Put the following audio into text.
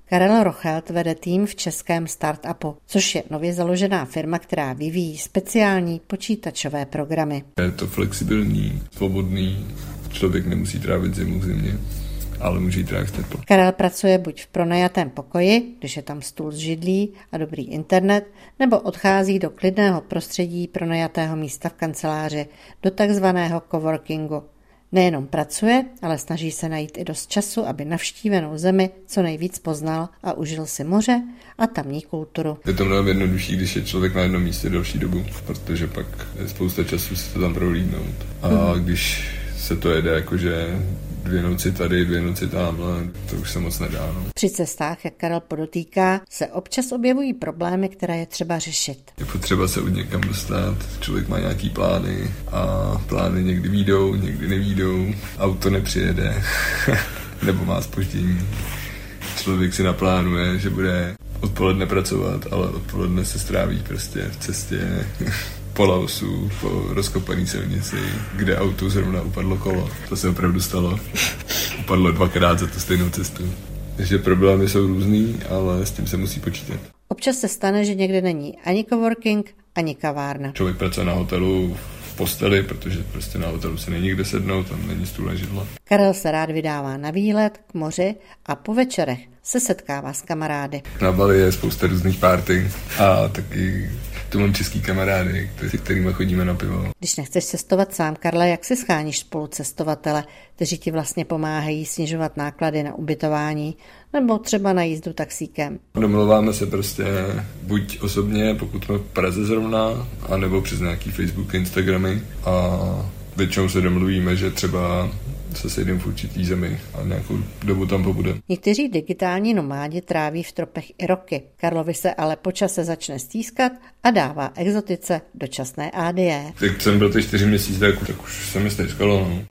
Karel Rochelt vede tým v českém startupu, což je nově založená firma, která vyvíjí speciální počítačové programy. Je to flexibilní, svobodný, člověk nemusí trávit zimu v zimě, ale může jí trávit teplo. Karel pracuje buď v pronajatém pokoji, když je tam stůl z židlí a dobrý internet, nebo odchází do klidného prostředí pronajatého místa v kanceláři, do takzvaného coworkingu. Nejenom pracuje, ale snaží se najít i dost času, aby navštívenou zemi co nejvíc poznal a užil si moře a tamní kulturu. Je to mnohem jednodušší, když je člověk na jednom místě delší dobu, protože pak je spousta času si to tam prohlídnout. A když se to jede jakože 2 noci tady, 2 noci tamhle, to už se moc nedá. No. Při cestách, jak Karel podotýká, se občas objevují problémy, které je třeba řešit. Je potřeba se od někam dostat, člověk má nějaký plány a plány někdy vyjdou, někdy nevyjdou, auto nepřijede nebo má zpoždění. Člověk si naplánuje, že bude odpoledne pracovat, ale odpoledne se stráví prostě v cestě po Laosu, po rozkopaný silnici, kde autu zrovna upadlo kolo. To se opravdu stalo. Upadlo 2krát za tu stejnou cestu. Takže problémy jsou různý, ale s tím se musí počítat. Občas se stane, že někde není ani coworking, ani kavárna. Člověk pracuje na hotelu v posteli, protože prostě na hotelu se není kde sednout, tam není stůl a židla. Karel se rád vydává na výlet k moři a po večerech se setkává s kamarády. Na Bali je spousta různých party a taky tu mám český kamarády, kterými chodíme na pivo. Když nechceš cestovat sám, Karle, jak si scháníš spolucestovatele, kteří ti vlastně pomáhají snižovat náklady na ubytování nebo třeba na jízdu taxíkem? Domluváme se prostě buď osobně, pokud jsme v Praze zrovna, anebo přes nějaký Facebook, Instagramy a většinou se domluvíme, že třeba se sejdeme v určitý zemi a nějakou dobu tam pobude. Někteří digitální nomádi tráví v tropech i roky. Karlovi se ale po čase začne stýskat a dává exotice dočasné ADE. Jak jsem byl ty 4 měsíce, tak už se mi stýskalo. No.